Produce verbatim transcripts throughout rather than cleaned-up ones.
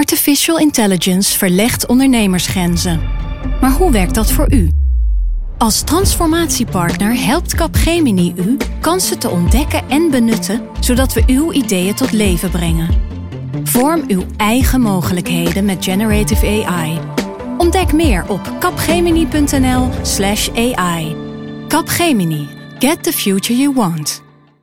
Artificial intelligence verlegt ondernemersgrenzen. Maar hoe werkt dat voor u? Als transformatiepartner helpt Capgemini u kansen te ontdekken en benutten, zodat we uw ideeën tot leven brengen. Vorm uw eigen mogelijkheden met Generative A I. Ontdek meer op capgemini.nl slash AI. Capgemini. Get the future you want.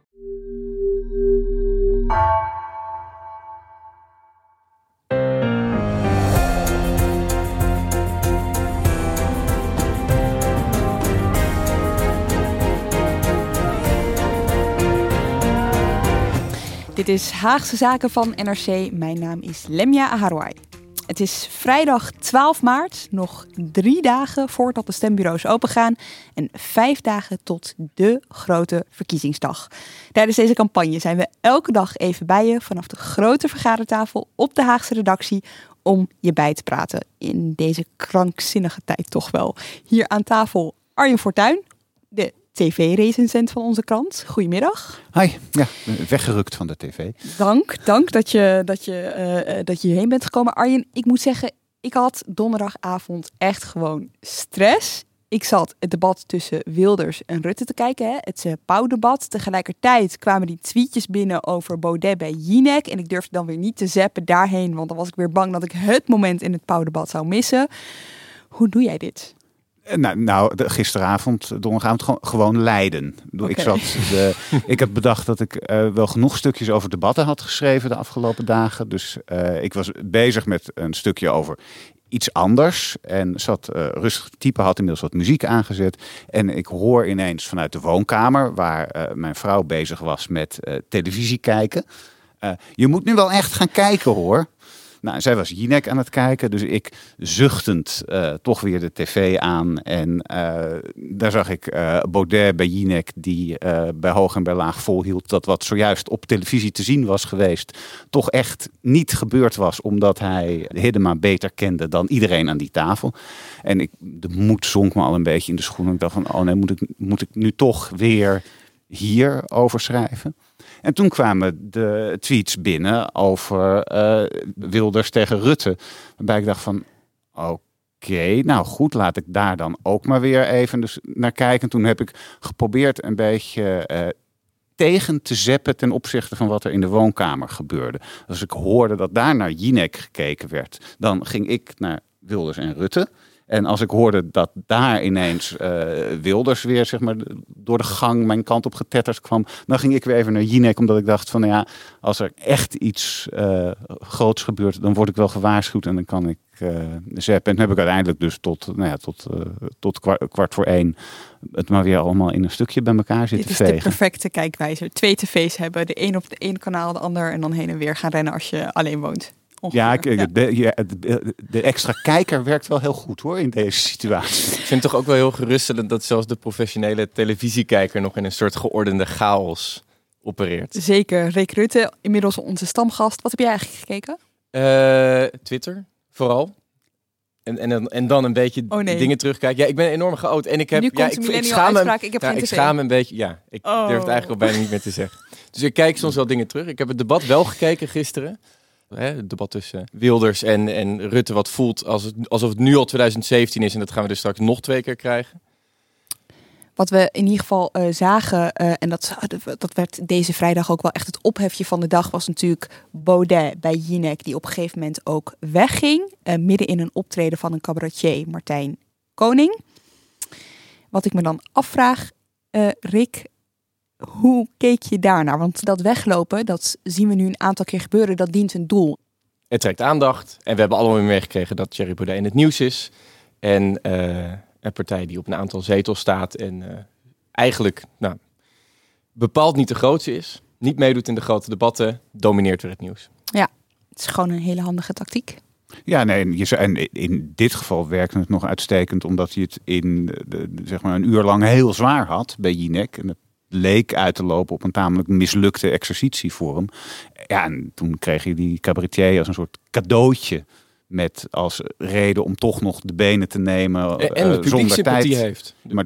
Dit is Haagse Zaken van N R C. Mijn naam is Lemia Aharouai. Het is vrijdag twaalf maart, nog drie dagen voordat de stembureaus opengaan en vijf dagen tot de grote verkiezingsdag. Tijdens deze campagne zijn we elke dag even bij je vanaf de grote vergadertafel op de Haagse redactie om je bij te praten. In deze krankzinnige tijd toch wel. Hier aan tafel Arjen Fortuyn, de tv-recensent van onze krant. Goedemiddag. Hi, ja, weggerukt van de tv. Dank, dank dat je, dat je, uh, dat je hierheen bent gekomen. Arjen, ik moet zeggen, ik had donderdagavond echt gewoon stress. Ik zat het debat tussen Wilders en Rutte te kijken, hè? Het uh, Pauwdebat. Tegelijkertijd kwamen die tweetjes binnen over Baudet bij Jinek. En ik durfde dan weer niet te zappen daarheen, want dan was ik weer bang dat ik het moment in het Pauwdebat zou missen. Hoe doe jij dit? Nou, nou de, gisteravond, donderdagavond, gewoon, gewoon Leiden. Okay. Ik, zat de, ik had bedacht dat ik uh, wel genoeg stukjes over debatten had geschreven de afgelopen dagen. Dus uh, ik was bezig met een stukje over iets anders. En zat uh, rustig te typen, had inmiddels wat muziek aangezet. En ik hoor ineens vanuit de woonkamer, waar uh, mijn vrouw bezig was met uh, televisie kijken. Uh, je moet nu wel echt gaan kijken, hoor. Nou, zij was Jinek aan het kijken, dus ik zuchtend uh, toch weer de tv aan. En uh, daar zag ik uh, Baudet bij Jinek, die uh, bij hoog en bij laag volhield dat wat zojuist op televisie te zien was geweest, toch echt niet gebeurd was, omdat hij Hiddema beter kende dan iedereen aan die tafel. En ik, de moed zonk me al een beetje in de schoenen. Ik dacht van, oh nee, moet ik, moet ik nu toch weer hier over schrijven? En toen kwamen de tweets binnen over uh, Wilders tegen Rutte. Waarbij ik dacht van, oké, okay, nou goed, laat ik daar dan ook maar weer even dus naar kijken. En toen heb ik geprobeerd een beetje uh, tegen te zeppen ten opzichte van wat er in de woonkamer gebeurde. Als ik hoorde dat daar naar Jinek gekeken werd, dan ging ik naar Wilders en Rutte. En als ik hoorde dat daar ineens uh, Wilders weer zeg maar, door de gang mijn kant op getetterd kwam, dan ging ik weer even naar Jinek, omdat ik dacht van nou ja, als er echt iets uh, groots gebeurt, dan word ik wel gewaarschuwd en dan kan ik uh, zappen. En toen heb ik uiteindelijk dus tot, nou ja, tot, uh, tot kwart, kwart voor één het maar weer allemaal in een stukje bij elkaar zitten vegen. Dit is de perfecte kijkwijze. Twee tv's hebben, de een op de ene kanaal, de ander en dan heen en weer gaan rennen als je alleen woont. Ongeveer. Ja, ik, ja. De, ja de, de extra kijker werkt wel heel goed hoor in deze situatie. Ik vind het toch ook wel heel geruststellend dat zelfs de professionele televisiekijker nog in een soort geordende chaos opereert. Zeker. Rick Rutte, inmiddels onze stamgast. Wat heb jij eigenlijk gekeken? Uh, Twitter, vooral. En, en, en dan een beetje oh, nee. dingen terugkijken. Ja, ik ben enorm geoud. En ik heb. Nu ja, komt ik, ik schaam me. Ik heb ja, geen ik schaam me een beetje. Ja, ik oh. durf het eigenlijk al bijna niet meer te zeggen. Dus ik kijk soms wel dingen terug. Ik heb het debat wel gekeken gisteren. Het debat tussen Wilders en, en Rutte, wat voelt als het, alsof het nu al twintig zeventien is en dat gaan we dus straks nog twee keer krijgen. Wat we in ieder geval uh, zagen, uh, en dat, dat werd deze vrijdag ook wel echt het ophefje van de dag, was natuurlijk Baudet bij Jinek, die op een gegeven moment ook wegging, uh, midden in een optreden van een cabaretier, Martijn Koning. Wat ik me dan afvraag, uh, Rick, hoe keek je daarnaar? Want dat weglopen, dat zien we nu een aantal keer gebeuren, dat dient een doel. Het trekt aandacht. En we hebben allemaal meegekregen dat Thierry Baudet in het nieuws is. En uh, een partij die op een aantal zetels staat en uh, eigenlijk nou, bepaald niet de grootste is. Niet meedoet in de grote debatten, domineert weer het nieuws. Ja, het is gewoon een hele handige tactiek. Ja, nee, je, en in dit geval werkte het nog uitstekend, omdat hij het in de, zeg maar een uur lang heel zwaar had bij Jinek. En het leek uit te lopen op een tamelijk mislukte exercitie voor hem. Ja, en toen kreeg je die cabaretier als een soort cadeautje met als reden om toch nog de benen te nemen. En, en de uh, zonder tijd. Die heeft. Maar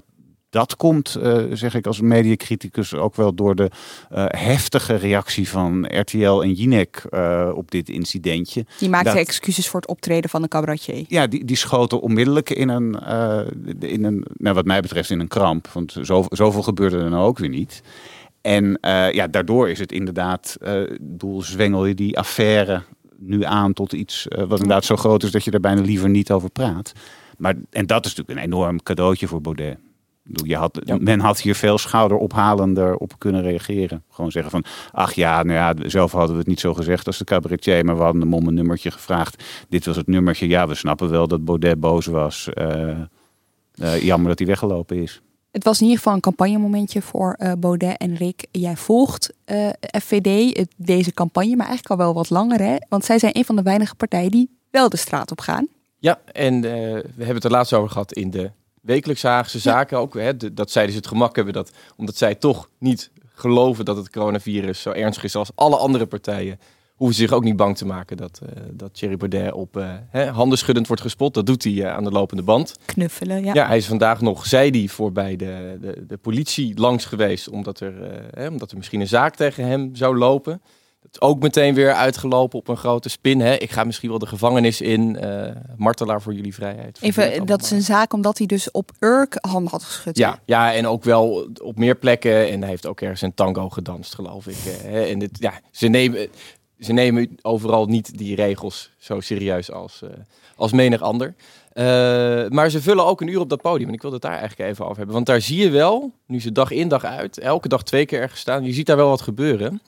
dat komt, uh, zeg ik als mediacriticus, ook wel door de uh, heftige reactie van R T L en Jinek uh, op dit incidentje. Die maakten dat, excuses voor het optreden van de cabaretier. Ja, die, die schoten onmiddellijk in een, uh, in een, nou wat mij betreft in een kramp. Want zoveel, zoveel gebeurde er nou ook weer niet. En uh, ja, daardoor is het inderdaad, uh, doel zwengel je die affaire nu aan tot iets uh, wat inderdaad zo groot is dat je er bijna liever niet over praat. Maar, en dat is natuurlijk een enorm cadeautje voor Baudet. Je had, ja. Men had hier veel schouderophalender op kunnen reageren. Gewoon zeggen van, ach ja, nou ja, zelf hadden we het niet zo gezegd als de cabaretier, maar we hadden hem om een nummertje gevraagd. Dit was het nummertje. Ja, we snappen wel dat Baudet boos was. Uh, uh, jammer dat hij weggelopen is. Het was in ieder geval een campagnemomentje voor uh, Baudet en Rick. Jij volgt uh, F V D, het, deze campagne, maar eigenlijk al wel wat langer, hè? Want zij zijn een van de weinige partijen die wel de straat op gaan. Ja, en uh, we hebben het er laatst over gehad in de wekelijkse Haagse Zaken. Ja. Ook, hè, de, dat zij dus het gemak hebben dat, omdat zij toch niet geloven dat het coronavirus zo ernstig is als alle andere partijen, hoeven ze zich ook niet bang te maken dat, uh, dat Thierry Baudet op uh, hè, handen schuddend wordt gespot. Dat doet hij uh, aan de lopende band. Knuffelen, ja. Ja, hij is vandaag nog, zei hij, voorbij de, de, de politie langs geweest, omdat er, uh, hè, omdat er misschien een zaak tegen hem zou lopen. Dat is ook meteen weer uitgelopen op een grote spin. Hè. Ik ga misschien wel de gevangenis in. Uh, martelaar voor jullie vrijheid. Even, dat is een zaak omdat hij dus op Urk handen had geschud. Ja, ja, en ook wel op meer plekken. En hij heeft ook ergens een tango gedanst, geloof ik. Hè. En dit, ja, ze nemen... Ze nemen overal niet die regels zo serieus als, uh, als menig ander. Uh, maar ze vullen ook een uur op dat podium. En ik wil het daar eigenlijk even over hebben. Want daar zie je wel, nu ze dag in dag uit, elke dag twee keer ergens staan. Je ziet daar wel wat gebeuren.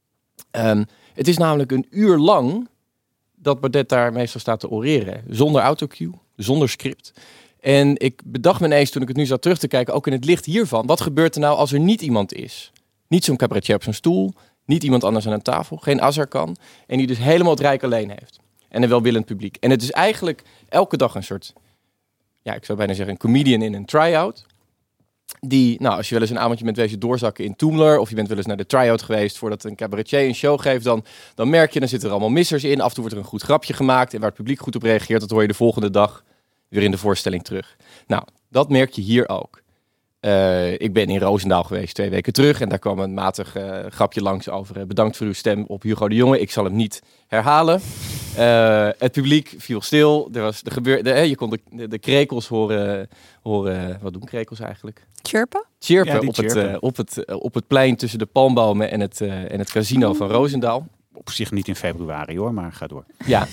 Um, het is namelijk een uur lang dat Baudet daar meestal staat te oreren. Zonder autocue, zonder script. En ik bedacht me ineens toen ik het nu zat terug te kijken, ook in het licht hiervan. Wat gebeurt er nou als er niet iemand is? Niet zo'n cabaretier op zijn stoel. Niet iemand anders aan een tafel, geen Azarkan. En die dus helemaal het rijk alleen heeft. En een welwillend publiek. En het is eigenlijk elke dag een soort, ja, ik zou bijna zeggen een comedian in een try-out. Die, nou, als je wel eens een avondje bent wezen doorzakken in Toemler, of je bent wel eens naar de try-out geweest voordat een cabaretier een show geeft, dan, dan merk je, dan zitten er allemaal missers in. Af en toe wordt er een goed grapje gemaakt en waar het publiek goed op reageert, dat hoor je de volgende dag weer in de voorstelling terug. Nou, dat merk je hier ook. Uh, ik ben in Roosendaal geweest twee weken terug en daar kwam een matig uh, grapje langs over. Uh, bedankt voor uw stem op Hugo de Jonge. Ik zal hem niet herhalen. Uh, het publiek viel stil. Er was de gebeur, de, uh, je kon de, de, de krekels horen, horen. Wat doen krekels eigenlijk? Chirpen? Chirpen, ja, op, chirpen. Het, uh, op, het, uh, op het plein tussen de palmbomen en het, uh, en het casino van Roosendaal. Op zich niet in februari hoor, maar ga door. Ja,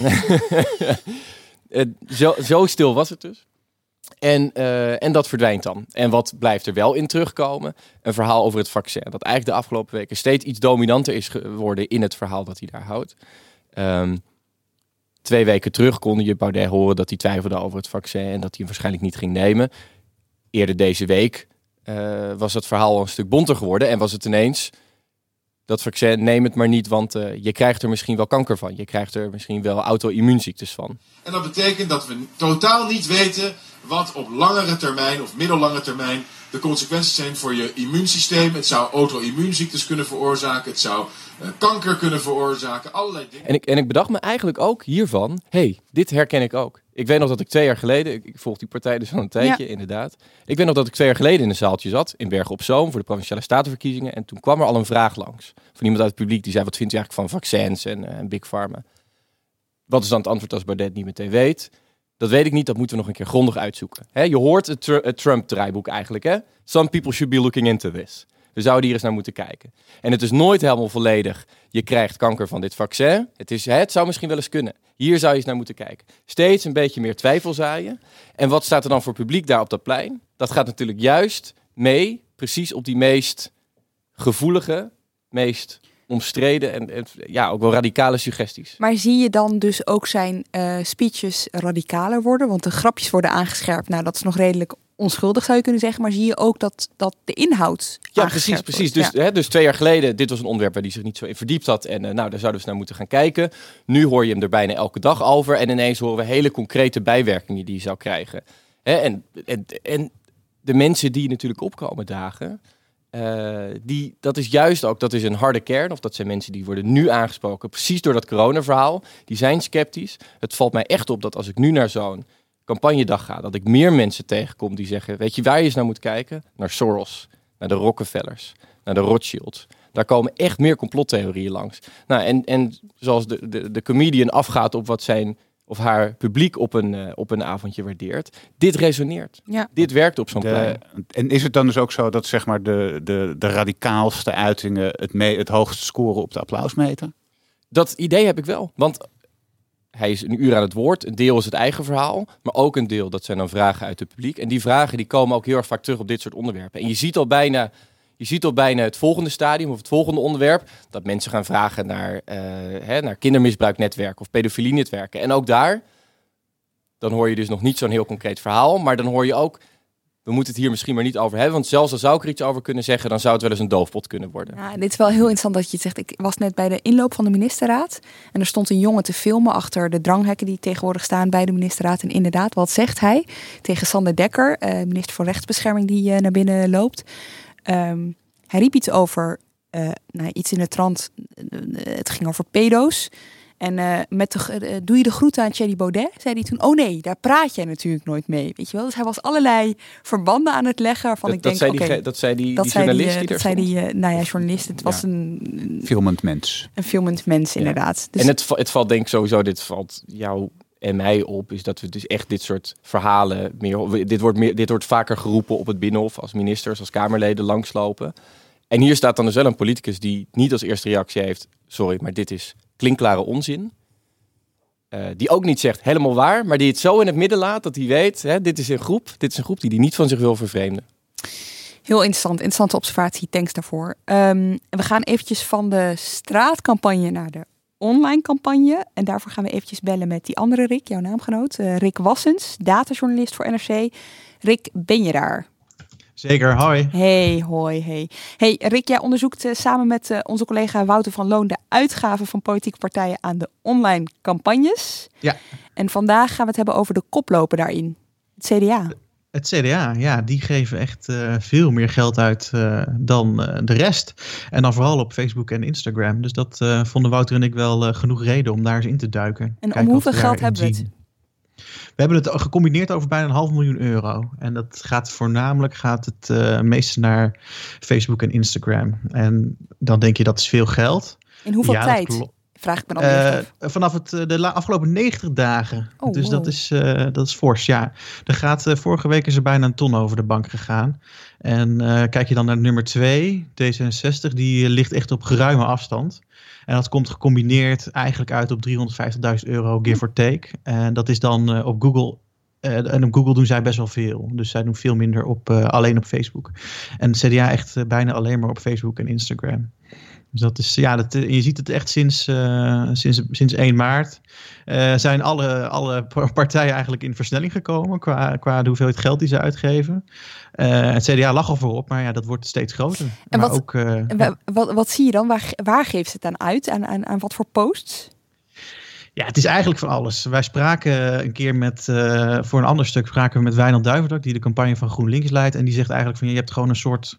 uh, zo, zo stil was het dus. En, uh, en dat verdwijnt dan. En wat blijft er wel in terugkomen? Een verhaal over het vaccin. Dat eigenlijk de afgelopen weken steeds iets dominanter is geworden in het verhaal dat hij daar houdt. Um, twee weken terug konden je Baudet horen dat hij twijfelde over het vaccin en dat hij hem waarschijnlijk niet ging nemen. Eerder deze week uh, was het verhaal een stuk bonter geworden en was het ineens, dat vaccin, neem het maar niet, want uh, je krijgt er misschien wel kanker van. Je krijgt er misschien wel auto-immuunziektes van. En dat betekent dat we totaal niet weten wat op langere termijn of middellange termijn de consequenties zijn voor je immuunsysteem. Het zou auto-immuunziektes kunnen veroorzaken. Het zou uh, kanker kunnen veroorzaken. Allerlei dingen. En ik, en ik bedacht me eigenlijk ook hiervan, hey, dit herken ik ook. Ik weet nog dat ik twee jaar geleden, ik, ik volg die partij dus al een tijdje, ja. inderdaad. Ik weet nog dat ik twee jaar geleden in een zaaltje zat, in Bergen op Zoom, voor de Provinciale Statenverkiezingen. En toen kwam er al een vraag langs van iemand uit het publiek, die zei, wat vindt u eigenlijk van vaccins en, uh, en Big Pharma? Wat is dan het antwoord als Baudet niet meteen weet? Dat weet ik niet, dat moeten we nog een keer grondig uitzoeken. He, je hoort het, tr- het Trump-draaiboek eigenlijk. Hè? Some people should be looking into this. We zouden hier eens naar moeten kijken. En het is nooit helemaal volledig, je krijgt kanker van dit vaccin. Het, is, hè, het zou misschien wel eens kunnen. Hier zou je eens naar moeten kijken. Steeds een beetje meer twijfel zaaien. En wat staat er dan voor publiek daar op dat plein? Dat gaat natuurlijk juist mee, precies op die meest gevoelige, meest omstreden en, en ja, ook wel radicale suggesties. Maar zie je dan dus ook zijn uh, speeches radicaler worden? Want de grapjes worden aangescherpt. Nou, dat is nog redelijk onschuldig, zou je kunnen zeggen. Maar zie je ook dat, dat de inhoud Ja, precies, precies. Dus, ja. hè, dus twee jaar geleden, dit was een onderwerp waar hij zich niet zo in verdiept had. En uh, nou, daar zouden we eens naar moeten gaan kijken. Nu hoor je hem er bijna elke dag over. En ineens horen we hele concrete bijwerkingen die hij zou krijgen. Hè, en, en, en de mensen die natuurlijk opkomen dagen, Uh, die, dat is juist ook, dat is een harde kern, of dat zijn mensen die worden nu aangesproken, precies door dat coronaverhaal, die zijn sceptisch. Het valt mij echt op dat als ik nu naar zo'n campagnedag ga, dat ik meer mensen tegenkom die zeggen, weet je waar je eens naar moet kijken? Naar Soros, naar de Rockefellers, naar de Rothschilds. Daar komen echt meer complottheorieën langs. Nou, en, en zoals de, de, de comedian afgaat op wat zijn of haar publiek op een, uh, op een avondje waardeert. Dit resoneert. Ja. Dit werkt op zo'n de, plein. En is het dan dus ook zo dat zeg maar de, de, de radicaalste uitingen het, mee, het hoogste scoren op de applausmeter? Dat idee heb ik wel. Want hij is een uur aan het woord. Een deel is het eigen verhaal. Maar ook een deel, dat zijn dan vragen uit het publiek. En die vragen die komen ook heel erg vaak terug op dit soort onderwerpen. En je ziet al bijna... Je ziet al bijna het volgende stadium of het volgende onderwerp, dat mensen gaan vragen naar, uh, hè, naar kindermisbruiknetwerken of pedofilienetwerken. En ook daar, dan hoor je dus nog niet zo'n heel concreet verhaal, maar dan hoor je ook, we moeten het hier misschien maar niet over hebben, want zelfs al zou ik er iets over kunnen zeggen, dan zou het wel eens een doofpot kunnen worden. Ja, dit is wel heel interessant dat je het zegt. Ik was net bij de inloop van de ministerraad en er stond een jongen te filmen achter de dranghekken die tegenwoordig staan bij de ministerraad. En inderdaad, wat zegt hij tegen Sander Dekker, uh, minister voor Rechtsbescherming die uh, naar binnen loopt? Um, hij riep iets over, uh, nou, iets in de trant, uh, het ging over pedo's. En uh, met de, uh, doe je de groeten aan Thierry Baudet? Zei hij toen, oh nee, daar praat jij natuurlijk nooit mee. Weet je wel? Dus hij was allerlei verbanden aan het leggen. Waarvan dat, ik dat denk, zei okay, die, dat zei die, dat die zei journalist die, die, uh, die dat zei die, uh, nou ja, journalist. Het was ja. een... Filmend mens. Een filmend mens, inderdaad. Ja. Dus, en het, het valt denk ik sowieso, dit valt jou en mij op, is dat we dus echt dit soort verhalen meer, dit wordt meer, dit wordt vaker geroepen op het Binnenhof als ministers, als Kamerleden langslopen. En hier staat dan dus wel een politicus die niet als eerste reactie heeft, sorry, maar dit is klinkklare onzin. Uh, die ook niet zegt helemaal waar, maar die het zo in het midden laat dat hij weet, hè, dit is een groep, dit is een groep die hij niet van zich wil vervreemden. Heel interessant, interessante observatie, thanks daarvoor. Um, we gaan eventjes van de straatcampagne naar de online campagne. En daarvoor gaan we eventjes bellen met die andere Rick, jouw naamgenoot. Uh, Rick Wassens, datajournalist voor N R C. Rick, ben je daar? Zeker, hoi. Hey, hoi, hey. Hey Rick, jij onderzoekt uh, samen met uh, onze collega Wouter van Loon de uitgaven van politieke partijen aan de online campagnes. Ja. En vandaag gaan we het hebben over de koploper daarin, het C D A. Het C D A, ja, die geven echt uh, veel meer geld uit uh, dan uh, de rest. En dan vooral op Facebook en Instagram. Dus dat uh, vonden Wouter en ik wel uh, genoeg reden om daar eens in te duiken. En om hoeveel geld hebben we het? We hebben het gecombineerd over bijna een half miljoen euro. En dat gaat voornamelijk gaat het uh, meeste naar Facebook en Instagram. En dan denk je dat is veel geld. In hoeveel ja, tijd? Dat Vraag ik me dan uh, af. Vanaf het, de la- afgelopen negentig dagen. Oh, dus wow. dat is, uh, dat is fors, ja. Er gaat, uh, vorige week is er bijna een ton over de bank gegaan. En uh, kijk je dan naar nummer twee, D zesenzestig, die uh, ligt echt op geruime afstand. En dat komt gecombineerd eigenlijk uit op driehonderdvijftigduizend euro, give or take. En dat is dan uh, op Google. Uh, en op Google doen zij best wel veel. Dus zij doen veel minder op, uh, alleen op Facebook. En de C D A echt uh, bijna alleen maar op Facebook en Instagram. Dus dat is, ja, dat, je ziet het echt sinds, uh, sinds, sinds één maart. Uh, zijn alle, alle partijen eigenlijk in versnelling gekomen qua, qua de hoeveelheid geld die ze uitgeven. Uh, het C D A lag al voorop, maar ja, dat wordt steeds groter. En maar wat, ook, uh, wat, wat, wat zie je dan? Waar, waar geeft ze het aan uit? Aan, aan, aan wat voor posts? Ja, het is eigenlijk van alles. Wij spraken een keer met, uh, voor een ander stuk spraken we met Wijnald Duivendak, die de campagne van GroenLinks leidt. En die zegt eigenlijk van, je hebt gewoon een soort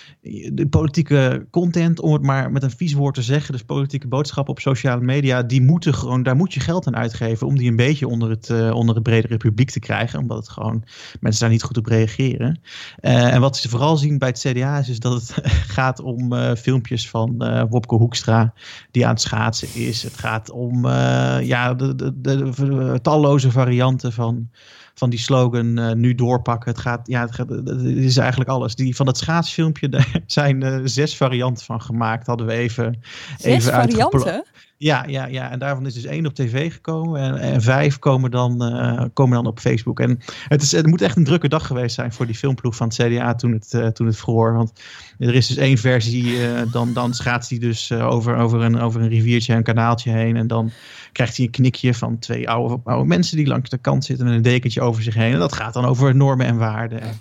de politieke content, om het maar met een vies woord te zeggen, dus politieke boodschappen op sociale media, die moeten gewoon, daar moet je geld aan uitgeven om die een beetje onder het, uh, onder het bredere publiek te krijgen, omdat het gewoon, mensen daar niet goed op reageren. Uh, en wat ze vooral zien bij het C D A is, is dat het gaat om uh, filmpjes van uh, Wopke Hoekstra, die aan het schaatsen is. Het gaat om uh, ja, de, de, de, de talloze varianten van van die slogan uh, nu doorpakken. Het gaat, ja, het, gaat, het is eigenlijk alles. Die van dat schaatsfilmpje, daar zijn uh, zes varianten van gemaakt. Hadden we even, zes even varianten? Ja, ja, ja, en daarvan is dus één op tv gekomen en, en vijf komen dan, uh, komen dan op Facebook. En het, is, het moet echt een drukke dag geweest zijn voor die filmploeg van het C D A toen het, uh, toen het vroor. Want er is dus één versie, uh, dan, dan schaatst hij dus uh, over, over, een, over een riviertje, een kanaaltje heen. En dan krijgt hij een knikje van twee oude, oude mensen die langs de kant zitten met een dekentje over zich heen. En dat gaat dan over normen en waarden. En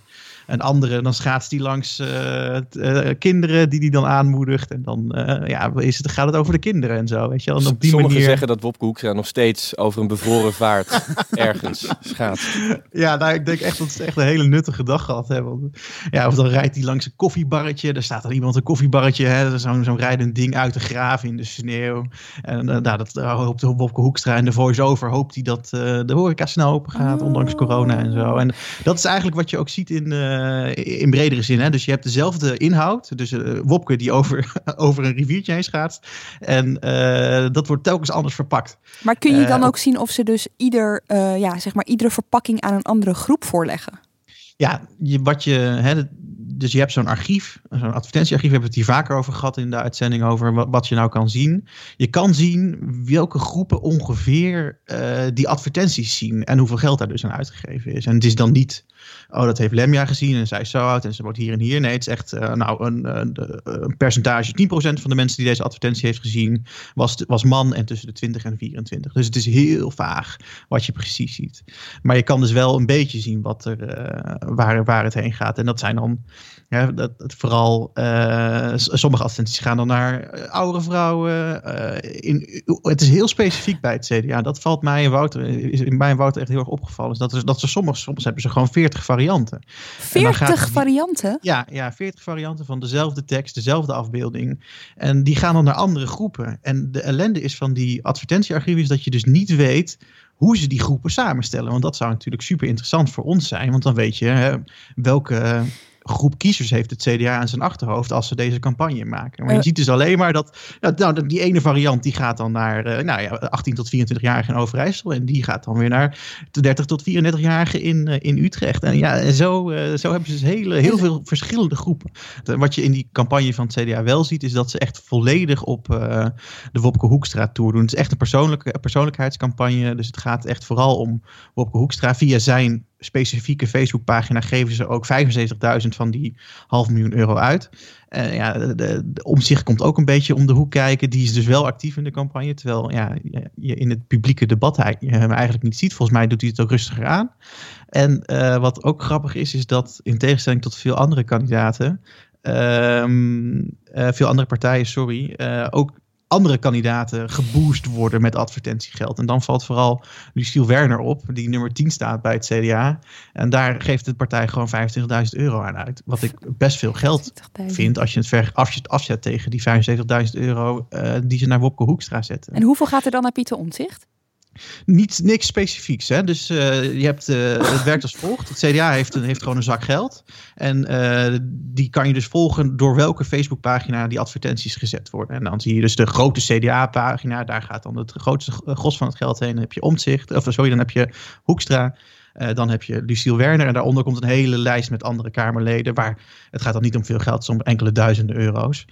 Een andere, dan schaatst die langs uh, t, uh, kinderen die die dan aanmoedigt. En dan uh, ja, is het, gaat het over de kinderen en zo. Weet je wel. En op die Sommigen manier... zeggen dat Wopke Hoekstra nog steeds over een bevroren vaart ergens schaatst. Ja, nou, ik denk echt dat ze echt een hele nuttige dag gehad hebben. Ja, of dan rijdt hij langs een koffiebarretje. Daar staat dan iemand een koffiebarretje. Hè, zo'n, zo'n rijdend ding uit te graven in de sneeuw. En uh, nou, dat uh, hoopt Wopke Hoekstra en de voice-over hoopt hij dat uh, de horeca snel open gaat, oh. ondanks corona en zo. En dat is eigenlijk wat je ook ziet in, uh, in bredere zin. Hè? Dus je hebt dezelfde inhoud. Dus uh, Wopke die over, over een riviertje heen schaatst. En uh, dat wordt telkens anders verpakt. Maar kun je dan uh, ook zien of ze dus ieder, uh, ja, zeg maar iedere verpakking aan een andere groep voorleggen? Ja, je, wat je, hè, dus je hebt zo'n archief, zo'n advertentiearchief, we hebben het hier vaker over gehad in de uitzending over wat, wat je nou kan zien. Je kan zien welke groepen ongeveer uh, die advertenties zien en hoeveel geld daar dus aan uitgegeven is. En het is dan niet, oh dat heeft Lemja gezien en zij is zo oud en ze woont hier en hier. Nee, het is echt uh, nou een, een, een percentage, tien procent van de mensen die deze advertentie heeft gezien was, was man en tussen de twintig en vierentwintig. Dus het is heel vaag wat je precies ziet. Maar je kan dus wel een beetje zien wat er, uh, waar, waar het heen gaat. En dat zijn dan ja, dat, dat vooral uh, sommige advertenties gaan dan naar uh, oudere vrouwen. Uh, in, het is heel specifiek bij het C D A. Dat valt mij en Wouter, is in mij en Wouter echt heel erg opgevallen. Is dat, er, dat ze sommige, soms hebben ze gewoon veertig varianten. veertig varianten? Ja, ja, veertig varianten van dezelfde tekst, dezelfde afbeelding. En die gaan dan naar andere groepen. En de ellende is van die advertentiearchieven is dat je dus niet weet hoe ze die groepen samenstellen. Want dat zou natuurlijk super interessant voor ons zijn. Want dan weet je hè, welke groep kiezers heeft het C D A aan zijn achterhoofd als ze deze campagne maken. Maar je uh, ziet dus alleen maar dat nou, die ene variant die gaat dan naar uh, nou ja, achttien tot vierentwintig-jarigen in Overijssel en die gaat dan weer naar dertig tot vierendertig-jarigen in, uh, in Utrecht. En ja, en zo, uh, zo hebben ze dus hele, heel veel verschillende groepen. Wat je in die campagne van het C D A wel ziet is dat ze echt volledig op uh, de Wopke Hoekstra tour doen. Het is echt een persoonlijke, persoonlijkheidscampagne, dus het gaat echt vooral om Wopke Hoekstra. Via zijn specifieke Facebookpagina geven ze ook vijfenzeventigduizend van die half miljoen euro uit. Uh, ja, de, de, de Omtzigt komt ook een beetje om de hoek kijken. Die is dus wel actief in de campagne. Terwijl ja, je in het publieke debat hij, je hem eigenlijk niet ziet. Volgens mij doet hij het ook rustiger aan. En uh, wat ook grappig is, is dat in tegenstelling tot veel andere kandidaten, uh, uh, veel andere partijen, sorry, uh, ook andere kandidaten geboost worden met advertentiegeld. En dan valt vooral Luciel Werner op, die nummer tien staat bij het C D A. En daar geeft de partij gewoon vijfentwintigduizend euro aan uit. Wat ik best veel geld vind als je het, ver, als je het afzet tegen die vijfenzeventigduizend euro uh, die ze naar Wopke Hoekstra zetten. En hoeveel gaat er dan naar Pieter Omtzigt? Niet, niks specifieks. Hè? Dus uh, je hebt, uh, het werkt als volgt. Het C D A heeft, heeft gewoon een zak geld. En uh, die kan je dus volgen door welke Facebookpagina die advertenties gezet worden. En dan zie je dus de grote C D A-pagina. Daar gaat dan het grootste gros van het geld heen. Dan heb je Omtzigt. Of sorry, dan heb je Hoekstra. Uh, dan heb je Luciel Werner en daaronder komt een hele lijst met andere Kamerleden. Waar het gaat dan niet om veel geld, het is om enkele duizenden euro's.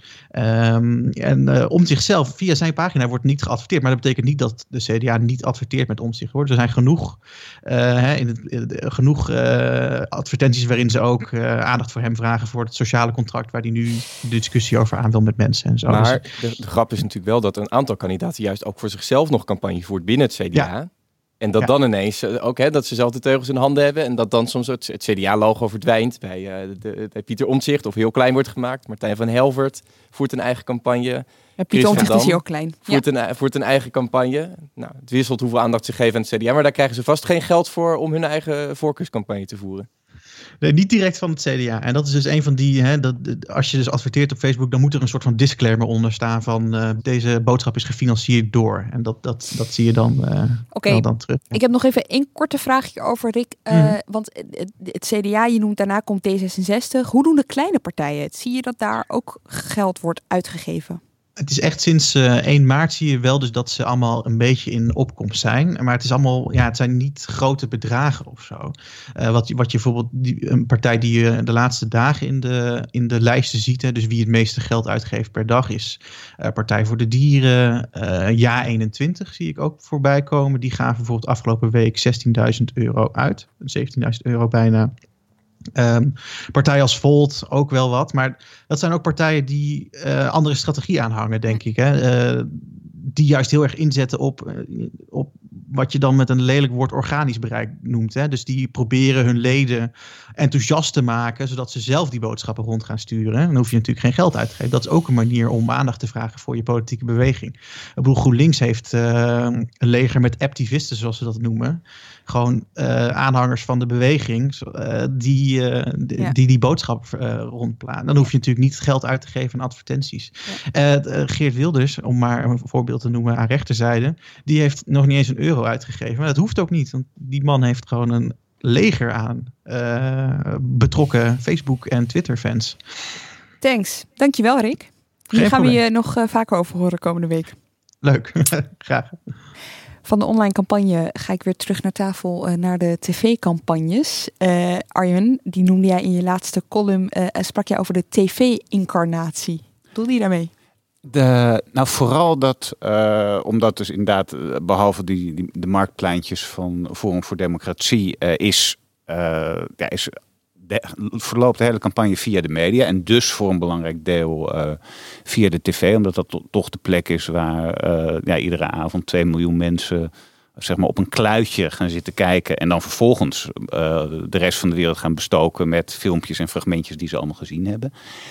Um, en uh, Omtzigt zelf, via zijn pagina wordt niet geadverteerd. Maar dat betekent niet dat de C D A niet adverteert met Omtzigt. Hoor. Er zijn genoeg, uh, hè, in het, in het, genoeg uh, advertenties waarin ze ook uh, aandacht voor hem vragen voor het sociale contract. Waar hij nu de discussie over aan wil met mensen en zo. Maar dus, de, de grap is natuurlijk wel dat een aantal kandidaten juist ook voor zichzelf nog campagne voert binnen het C D A. Ja. En dat ja. dan ineens ook hè, dat ze zelf de teugels in handen hebben. En dat dan soms het, het C D A-logo verdwijnt bij, uh, de, de Pieter Omtzigt of heel klein wordt gemaakt. Martijn van Helvert voert een eigen campagne. Ja, Pieter Omtzigt is heel klein. Voert, ja. een, voert een eigen campagne. Nou, het wisselt hoeveel aandacht ze geven aan het C D A. Maar daar krijgen ze vast geen geld voor om hun eigen voorkeurscampagne te voeren. Nee, niet direct van het C D A. En dat is dus een van die, hè, dat, als je dus adverteert op Facebook, dan moet er een soort van disclaimer onder staan van uh, deze boodschap is gefinancierd door. En dat, dat, dat zie je dan, uh, okay. dan terug. Ja. Ik heb nog even één korte vraagje over, Rick. Uh, mm-hmm. Want het, het C D A, je noemt daarna komt D zesenzestig. Hoe doen de kleine partijen het? Zie je dat daar ook geld wordt uitgegeven? Het is echt sinds uh, één maart zie je wel dus dat ze allemaal een beetje in opkomst zijn. Maar het is allemaal, ja, het zijn niet grote bedragen of zo. Uh, wat, wat je bijvoorbeeld, die, een partij die je de laatste dagen in de, in de lijsten ziet, hè, dus wie het meeste geld uitgeeft per dag, is uh, Partij voor de Dieren. Uh, Ja eenentwintig zie ik ook voorbij komen. Die gaven bijvoorbeeld afgelopen week zestienduizend euro uit. zeventienduizend euro bijna. Um, partijen als Volt ook wel wat, maar dat zijn ook partijen die uh, andere strategie aanhangen, denk ik. Hè? Uh, die juist heel erg inzetten op, uh, op wat je dan met een lelijk woord organisch bereik noemt. Hè? Dus die proberen hun leden enthousiast te maken, zodat ze zelf die boodschappen rond gaan sturen. Dan hoef je natuurlijk geen geld uit te geven. Dat is ook een manier om aandacht te vragen voor je politieke beweging. Ik bedoel, GroenLinks heeft uh, een leger met activisten, zoals ze dat noemen. Gewoon uh, aanhangers van de beweging uh, die, uh, d- ja. die die boodschap uh, rondplaatsen. Dan hoef je natuurlijk niet geld uit te geven aan advertenties. Ja. Uh, Geert Wilders, om maar een voorbeeld te noemen aan rechterzijde, die heeft nog niet eens een euro uitgegeven. Maar dat hoeft ook niet, want die man heeft gewoon een leger aan uh, betrokken Facebook- en Twitter-fans. Thanks. Dankjewel, Rick. Hier gaan probleem. we je nog uh, vaker over horen komende week. Leuk. Graag. Van de online campagne ga ik weer terug naar tafel uh, naar de tv-campagnes. Uh, Arjen, die noemde jij in je laatste column, uh, sprak jij over de tv-incarnatie. Wat doe je daarmee? De, nou, vooral dat, uh, omdat dus inderdaad, uh, behalve die, die, de marktpleintjes van Forum voor Democratie, uh, is, uh, ja, is de, verloopt de hele campagne via de media. En dus voor een belangrijk deel uh, via de tv. Omdat dat to, toch de plek is waar uh, ja, iedere avond twee miljoen mensen, zeg maar, op een kluitje gaan zitten kijken. En dan vervolgens uh, de rest van de wereld gaan bestoken met filmpjes en fragmentjes die ze allemaal gezien hebben.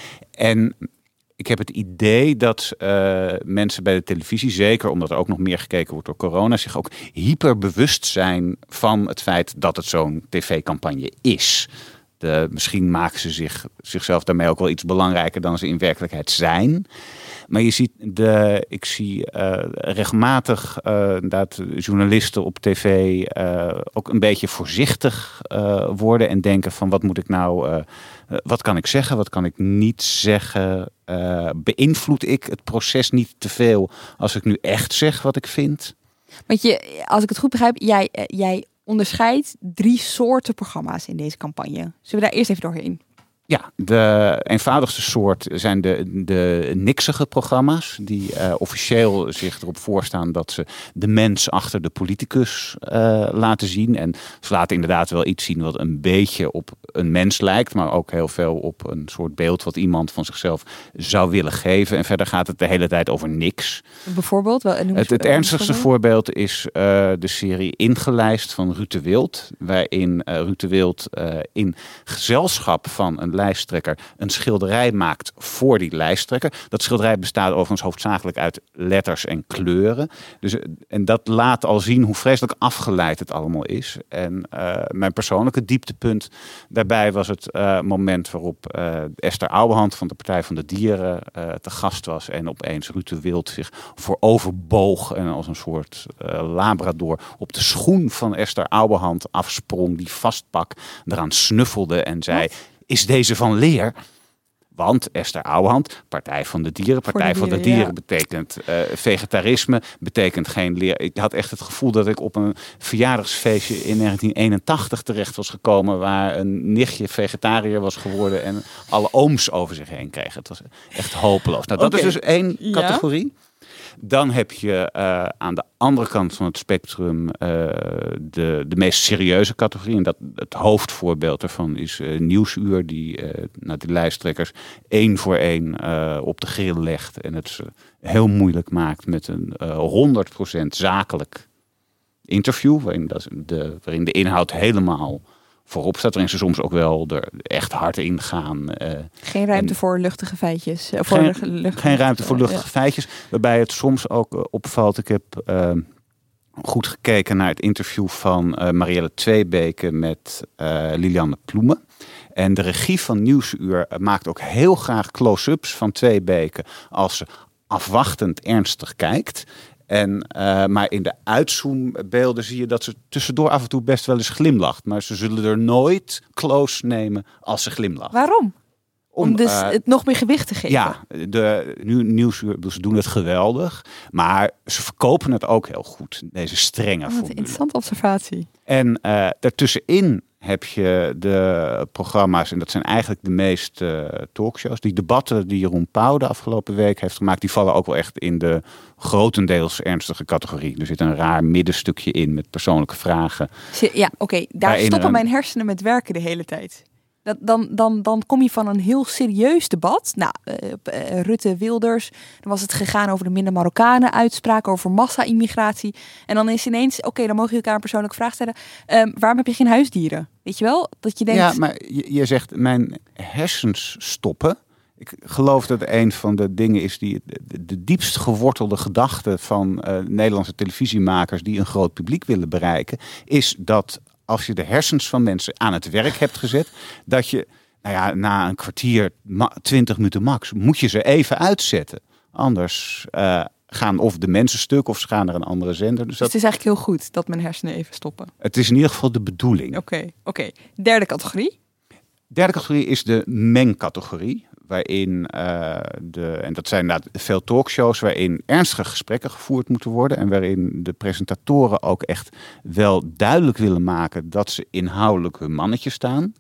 En ik heb het idee dat uh, mensen bij de televisie, zeker omdat er ook nog meer gekeken wordt door corona, zich ook hyperbewust zijn van het feit dat het zo'n tv-campagne is. De, misschien maken ze zich, zichzelf daarmee ook wel iets belangrijker dan ze in werkelijkheid zijn. Maar je ziet, de, ik zie uh, regelmatig uh, inderdaad journalisten op tv uh, ook een beetje voorzichtig uh, worden en denken van wat moet ik nou, uh, uh, wat kan ik zeggen, wat kan ik niet zeggen. Uh, beïnvloed ik het proces niet te veel als ik nu echt zeg wat ik vind? Want je, als ik het goed begrijp, jij, uh, jij onderscheidt drie soorten programma's in deze campagne. Zullen we daar eerst even doorheen? Ja, de eenvoudigste soort zijn de, de niksige programma's die uh, officieel zich erop voorstaan dat ze de mens achter de politicus uh, laten zien. En ze laten inderdaad wel iets zien wat een beetje op een mens lijkt, maar ook heel veel op een soort beeld wat iemand van zichzelf zou willen geven. En verder gaat het de hele tijd over niks. Bijvoorbeeld? Wel, het, het ernstigste voorbeeld is uh, de serie Ingelijst van Ruud de Wild, waarin uh, Ruud de Wild uh, in gezelschap van een lijsttrekker een schilderij maakt voor die lijsttrekker. Dat schilderij bestaat overigens hoofdzakelijk uit letters en kleuren. Dus, en dat laat al zien hoe vreselijk afgeleid het allemaal is. En uh, mijn persoonlijke dieptepunt daarbij was het uh, moment waarop uh, Esther Ouwehand van de Partij van de Dieren uh, te gast was en opeens Ruud de Wild zich vooroverboog en als een soort uh, labrador op de schoen van Esther Ouwehand afsprong, die vastpak, eraan snuffelde en zei: Wat? Is deze van leer? Want Esther Ouwehand, Partij van de Dieren, Partij van de Dieren, van de dieren ja. betekent uh, vegetarisme, betekent geen leer. Ik had echt het gevoel dat ik op een verjaardagsfeestje in negentien eenentachtig terecht was gekomen, waar een nichtje vegetariër was geworden en alle ooms over zich heen kreeg. Het was echt hopeloos. Nou, dat okay. is dus één categorie. Ja. Dan heb je uh, aan de andere kant van het spectrum uh, de, de meest serieuze categorie. En dat, het hoofdvoorbeeld daarvan is uh, Nieuwsuur, die uh, nou, de lijsttrekkers één voor één uh, op de grill legt. En het uh, heel moeilijk maakt met een uh, honderd procent zakelijk interview. Waarin, dat, de, waarin de inhoud helemaal voorop staat, waarin ze soms ook wel er echt hard in gaan. Uh, geen ruimte voor luchtige feitjes. Geen, voor luchtige, geen ruimte voor luchtige ja. feitjes. Waarbij het soms ook uh, opvalt. Ik heb uh, goed gekeken naar het interview van uh, Marielle Tweebeke met uh, Lilianne Ploemen. En de regie van Nieuwsuur uh, maakt ook heel graag close-ups van Tweebeke als ze afwachtend ernstig kijkt. En, uh, maar in de uitzoombeelden zie je dat ze tussendoor af en toe best wel eens glimlacht. Maar ze zullen er nooit close nemen als ze glimlacht. Waarom? Om, Om dus uh, het nog meer gewicht te geven? Ja, de nu, Nieuwsuur, ze doen het geweldig. Maar ze verkopen het ook heel goed, deze strenge oh, formule. Wat een interessante observatie. En uh, daartussenin heb je de programma's, en dat zijn eigenlijk de meeste uh, talkshows. Die debatten die Jeroen Pauw de afgelopen week heeft gemaakt, die vallen ook wel echt in de grotendeels ernstige categorie. Er zit een raar middenstukje in met persoonlijke vragen. Ja, oké. Okay. Daar stoppen een... mijn hersenen met werken de hele tijd. Dat, dan, dan, dan kom je van een heel serieus debat. Nou, uh, uh, Rutte, Wilders. Dan was het gegaan over de minder Marokkanen uitspraak, over massa-immigratie. En dan is ineens, oké, okay, dan mogen je elkaar een persoonlijke vraag stellen. Um, waarom heb je geen huisdieren? Weet je wel? Dat je denkt... Ja, maar je, je zegt mijn hersens stoppen. Ik geloof dat een van de dingen is die de, de diepst gewortelde gedachte van uh, Nederlandse televisiemakers die een groot publiek willen bereiken, is dat als je de hersens van mensen aan het werk hebt gezet, dat je, nou ja, na een kwartier, twintig minuten max, moet je ze even uitzetten. Anders uh, gaan of de mensen stuk of ze gaan naar een andere zender. Dus, dus dat, het is eigenlijk heel goed dat mijn hersenen even stoppen. Het is in ieder geval de bedoeling. Oké, okay, oké. Okay. Derde categorie. Derde categorie is de mengcategorie. Waarin, uh, de, en dat zijn inderdaad veel talkshows, waarin ernstige gesprekken gevoerd moeten worden. En waarin de presentatoren ook echt wel duidelijk willen maken dat ze inhoudelijk hun mannetje staan.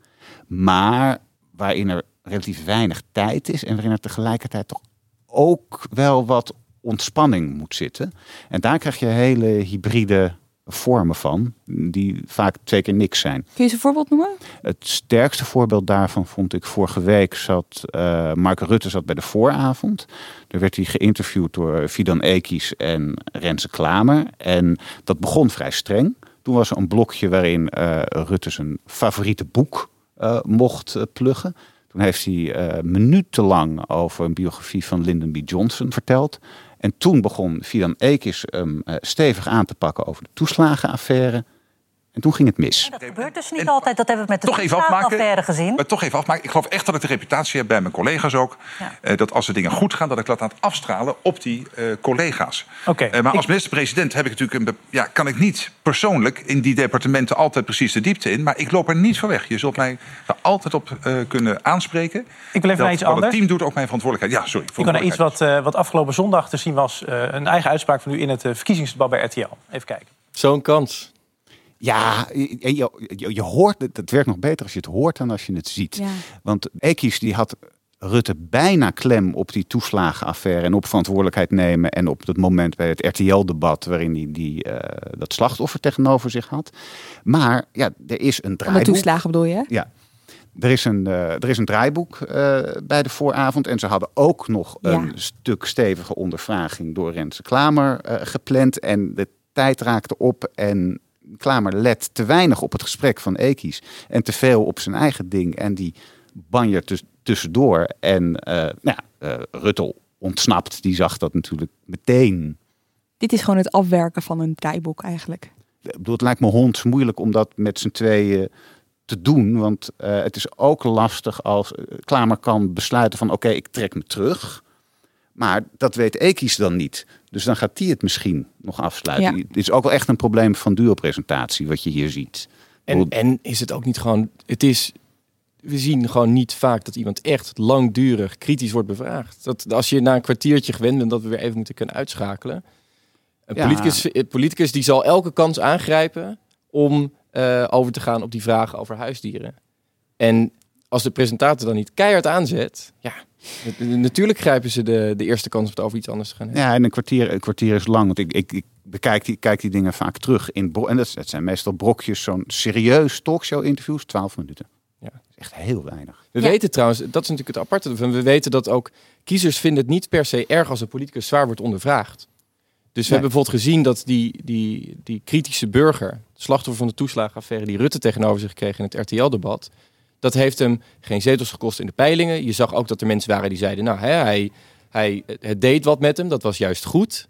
Maar waarin er relatief weinig tijd is en waarin er tegelijkertijd toch ook wel wat ontspanning moet zitten. En daar krijg je hele hybride vormen van, die vaak twee keer niks zijn. Kun je eens een voorbeeld noemen? Het sterkste voorbeeld daarvan vond ik vorige week zat uh, Mark Rutte zat bij de vooravond. Daar werd hij geïnterviewd door Fidan Ekies en Renze Klamer. En dat begon vrij streng. Toen was er een blokje waarin uh, Rutte zijn favoriete boek uh, mocht uh, pluggen. Toen heeft hij uh, minutenlang over een biografie van Lyndon B. Johnson verteld. En toen begon Fidan Ekies um, uh, stevig aan te pakken over de toeslagenaffaire. En toen ging het mis. Ja, dat gebeurt dus niet en, altijd. Dat hebben we met de toeslagenaffaire gezien. Maar toch even afmaken. Ik geloof echt dat ik de reputatie heb bij mijn collega's ook. Ja. Uh, dat als er dingen goed gaan, dat ik dat aan het afstralen op die uh, collega's. Okay. Uh, maar ik... als minister-president heb ik natuurlijk een ja, kan ik niet persoonlijk in die departementen altijd precies de diepte in. Maar ik loop er niet voor weg. Je zult mij er altijd op uh, kunnen aanspreken. Ik wil even dat, naar iets wat anders. Het team doet ook mijn verantwoordelijkheid. Ja, sorry. Ik wil naar iets wat, uh, wat afgelopen zondag te zien was. Uh, een eigen uitspraak van u in het uh, verkiezingsdebat bij R T L. Even kijken. Zo'n kans. Ja, je, je, je hoort het. Het werkt nog beter als je het hoort dan als je het ziet. Ja. Want Ekies die had Rutte bijna klem op die toeslagenaffaire en op verantwoordelijkheid nemen en op het moment bij het R T L-debat waarin hij die, uh, dat slachtoffer tegenover zich had. Maar ja, er is een draaiboek. Met toeslagen bedoel je? Ja. Er is een, uh, er is een draaiboek uh, bij de vooravond. En ze hadden ook nog ja. een stuk stevige ondervraging door Renze Klamer uh, gepland. En de tijd raakte op en Klamer let te weinig op het gesprek van Ekies. En te veel op zijn eigen ding. En die banjer tuss- tussendoor. En uh, nou ja, uh, Rutte ontsnapt. Die zag dat natuurlijk meteen. Dit is gewoon het afwerken van een draaiboek eigenlijk. Ik bedoel, het lijkt me honds moeilijk om dat met z'n tweeën te doen. Want uh, het is ook lastig als uh, Klamer kan besluiten van oké, okay, ik trek me terug. Maar dat weet Ekies dan niet. Dus dan gaat die het misschien nog afsluiten. Ja. Het is ook wel echt een probleem van duopresentatie wat je hier ziet. En, en is het ook niet gewoon... Het is, we zien gewoon niet vaak dat iemand echt langdurig kritisch wordt bevraagd. Dat als je na een kwartiertje gewend bent dat we weer even moeten kunnen uitschakelen. Een ja. politicus, een politicus die zal elke kans aangrijpen om uh, over te gaan op die vragen over huisdieren. En als de presentator dan niet keihard aanzet, ja, natuurlijk grijpen ze de, de eerste kans om het over iets anders te gaan hebben. Ja, en een kwartier, een kwartier is lang. Want ik, ik, ik bekijk die, kijk die dingen vaak terug. In bro- en dat, dat zijn meestal brokjes, zo'n serieus talkshow-interviews, twaalf minuten. Ja, dat is echt heel weinig. We ja. weten trouwens, dat is natuurlijk het aparte. We weten dat ook kiezers vinden het niet per se erg als een politicus zwaar wordt ondervraagd. Dus we nee. hebben bijvoorbeeld gezien dat die, die, die kritische burger, slachtoffer van de toeslagenaffaire, die Rutte tegenover zich kreeg in het R T L-debat, dat heeft hem geen zetels gekost in de peilingen. Je zag ook dat er mensen waren die zeiden, nou, hè, hij, hij, het deed wat met hem, dat was juist goed.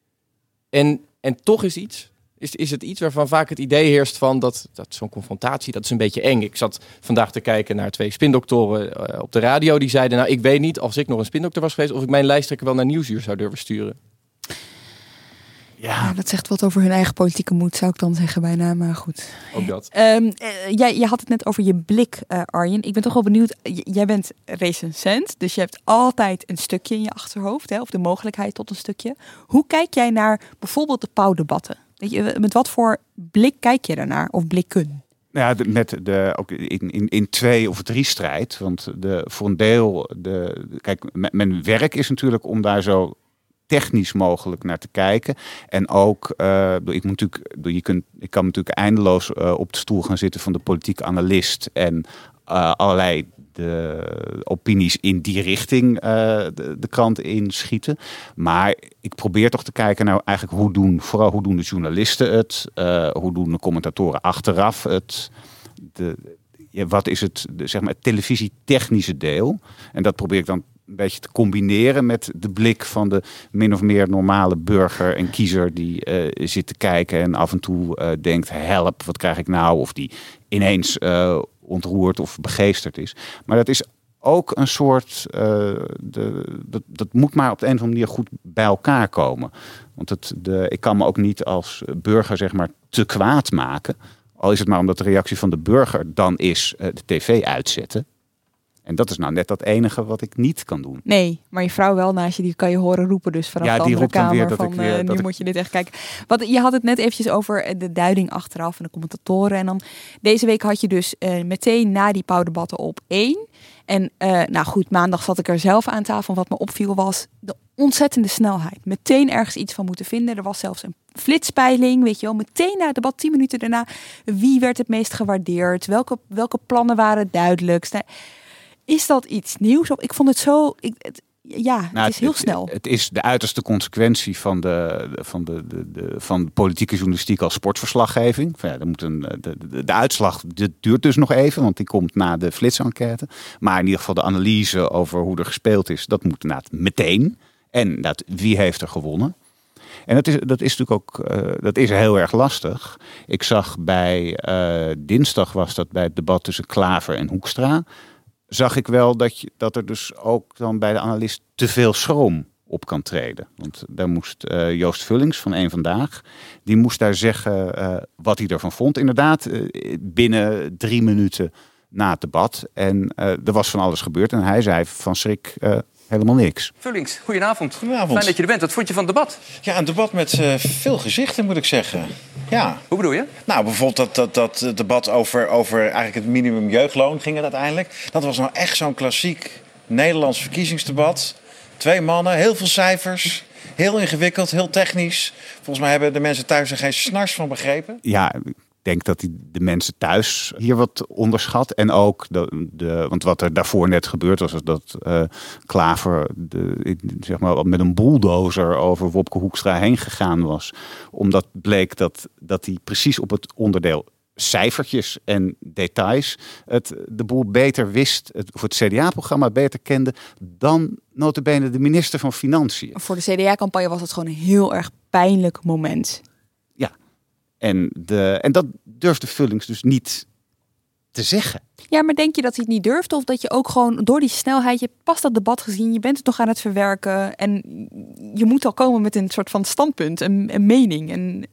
En, en toch is, iets, is, is het iets waarvan vaak het idee heerst van dat, dat zo'n confrontatie, dat is een beetje eng. Ik zat vandaag te kijken naar twee spindoktoren uh, op de radio. Die zeiden, nou, ik weet niet, als ik nog een spindokter was geweest, of ik mijn lijsttrekker wel naar Nieuwsuur zou durven sturen. Ja. ja, dat zegt wat over hun eigen politieke moed, zou ik dan zeggen bijna, maar goed. Ook dat. Um, uh, jij, jij had het net over je blik, uh, Arjen. Ik ben toch wel benieuwd. J- jij bent recensent, dus je hebt altijd een stukje in je achterhoofd, hè, of de mogelijkheid tot een stukje. Hoe kijk jij naar bijvoorbeeld de Pauw-debatten? Weet je, met wat voor blik kijk je daarnaar, of blikken? Ja, de, met de, ook in, in, in twee of drie strijd. Want de, voor een deel, de, kijk, m- mijn werk is natuurlijk om daar zo technisch mogelijk naar te kijken. En ook, uh, ik, moet natuurlijk, je kunt, ik kan natuurlijk eindeloos uh, op de stoel gaan zitten van de politieke analist en uh, allerlei de opinies in die richting uh, de, de krant inschieten. Maar ik probeer toch te kijken naar eigenlijk hoe doen, vooral hoe doen de journalisten het, uh, hoe doen de commentatoren achteraf het. De, ja, wat is het, de, zeg maar, het televisietechnische deel? En dat probeer ik dan een beetje te combineren met de blik van de min of meer normale burger en kiezer die uh, zit te kijken en af en toe uh, denkt, help, wat krijg ik nou? Of die ineens uh, ontroerd of begeesterd is. Maar dat is ook een soort, uh, de, dat, dat moet maar op de een of andere manier goed bij elkaar komen. Want het, de, ik kan me ook niet als burger zeg maar te kwaad maken. Al is het maar omdat de reactie van de burger dan is uh, de tv uitzetten. En dat is nou net dat enige wat ik niet kan doen. Nee, maar je vrouw wel naast je, die kan je horen roepen dus vanaf ja, de andere kamer dat van ik weer, uh, dat nu ik... moet je dit echt kijken. Wat, je had het net eventjes over de duiding achteraf en de commentatoren. En dan deze week had je dus uh, meteen na die pauwdebatten op één. En uh, nou goed, maandag zat ik er zelf aan tafel. Wat me opviel was de ontzettende snelheid. Meteen ergens iets van moeten vinden. Er was zelfs een flitspeiling, weet je wel. Meteen na het debat, tien minuten daarna. Wie werd het meest gewaardeerd? Welke, welke plannen waren het duidelijkst? Nou, is dat iets nieuws? Ik vond het zo... Ik, het, ja, het nou, is heel het, snel. Het, het is de uiterste consequentie van de, van de, de, de, van de politieke journalistiek als sportverslaggeving. Ja, er moet een, de, de, de uitslag de duurt dus nog even, want die komt na de flitsenquête. Maar in ieder geval de analyse over hoe er gespeeld is, dat moet inderdaad meteen. En inderdaad, wie heeft er gewonnen? En dat is, dat is natuurlijk ook uh, dat is heel erg lastig. Ik zag bij uh, dinsdag was dat bij het debat tussen Klaver en Hoekstra. Zag ik wel dat, je, dat er dus ook dan bij de analist te veel schroom op kan treden. Want daar moest uh, Joost Vullings van Eén Vandaag, die moest daar zeggen uh, wat hij ervan vond. Inderdaad, uh, binnen drie minuten na het debat. En uh, er was van alles gebeurd. En hij zei van schrik uh, helemaal niks. Vullings, goedenavond. Goedenavond. Fijn dat je er bent. Wat vond je van het debat? Ja, een debat met uh, veel gezichten, moet ik zeggen. Ja. Hoe bedoel je? Nou, bijvoorbeeld dat, dat, dat debat over, over eigenlijk het minimum jeugdloon ging het uiteindelijk. Dat was nou echt zo'n klassiek Nederlands verkiezingsdebat. Twee mannen, heel veel cijfers, heel ingewikkeld, heel technisch. Volgens mij hebben de mensen thuis er geen snars van begrepen. Ja, ik denk dat die de mensen thuis hier wat onderschat. En ook, de, de, want wat er daarvoor net gebeurd was, is dat uh, Klaver de, zeg maar, met een bulldozer over Wopke Hoekstra heen gegaan was. Omdat bleek dat, dat hij precies op het onderdeel cijfertjes en details het de boel beter wist, het, of het C D A-programma beter kende dan nota bene de minister van Financiën. Voor de C D A-campagne was het gewoon een heel erg pijnlijk moment. Ja, en, de, en dat durfde Vullings dus niet te zeggen. Ja, maar denk je dat hij het niet durft? Of dat je ook gewoon door die snelheid, je hebt pas dat debat gezien, je bent het nog aan het verwerken en je moet al komen met een soort van standpunt, een, een mening. En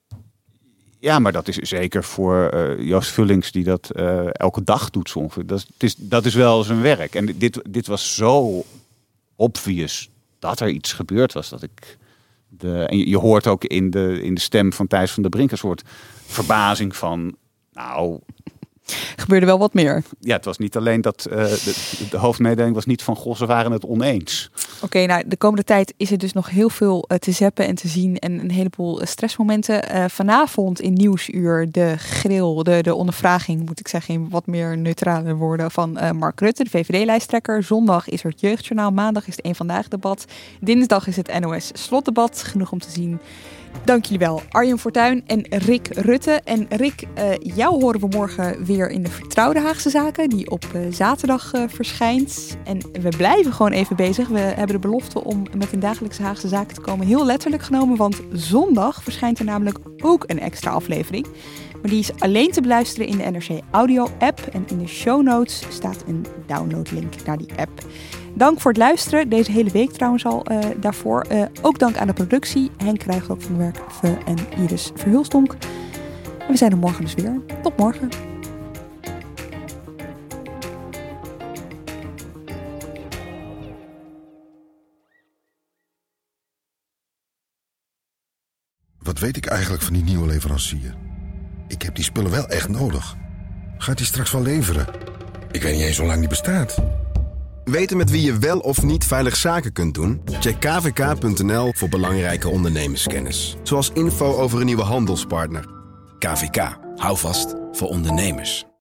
ja, maar dat is zeker voor uh, Joost Vullings die dat uh, elke dag doet zo ongeveer. Dat, het is, dat is wel zijn werk. En dit, dit was zo obvious dat er iets gebeurd was. Dat ik de, en je, je hoort ook in de, in de stem van Thijs van der Brink een soort verbazing van, nou, gebeurde wel wat meer. Ja, het was niet alleen dat uh, de, de hoofdmededeling was niet van goh, ze waren het oneens. Oké, okay, nou de komende tijd is er dus nog heel veel uh, te zappen en te zien en een heleboel uh, stressmomenten. Uh, vanavond in Nieuwsuur de grill, de, de ondervraging, moet ik zeggen in wat meer neutrale woorden, van uh, Mark Rutte, de V V D-lijsttrekker. Zondag is er het Jeugdjournaal, maandag is het Eén Vandaag debat, dinsdag is het N O S slotdebat. Genoeg om te zien. Dank jullie wel, Arjen Fortuyn en Rick Rutte. En Rick, uh, jou horen we morgen weer in de Vertrouwde Haagse Zaken, die op uh, zaterdag uh, verschijnt. En we blijven gewoon even bezig. We hebben de belofte om met een dagelijkse Haagse Zaken te komen heel letterlijk genomen, want zondag verschijnt er namelijk ook een extra aflevering. Maar die is alleen te beluisteren in de N R C Audio app. En in de show notes staat een downloadlink naar die app. Dank voor het luisteren. Deze hele week trouwens al uh, daarvoor. Uh, ook dank aan de productie. Henk Krijgsloop van Werkve en Iris Verhulstonk. En we zijn er morgen dus weer. Tot morgen. Wat weet ik eigenlijk van die nieuwe leverancier? Ik heb die spullen wel echt nodig. Gaat die straks wel leveren? Ik weet niet eens hoe lang die bestaat. Weten met wie je wel of niet veilig zaken kunt doen? Check k v k punt n l voor belangrijke ondernemerskennis. Zoals info over een nieuwe handelspartner. K V K. Hou vast voor ondernemers.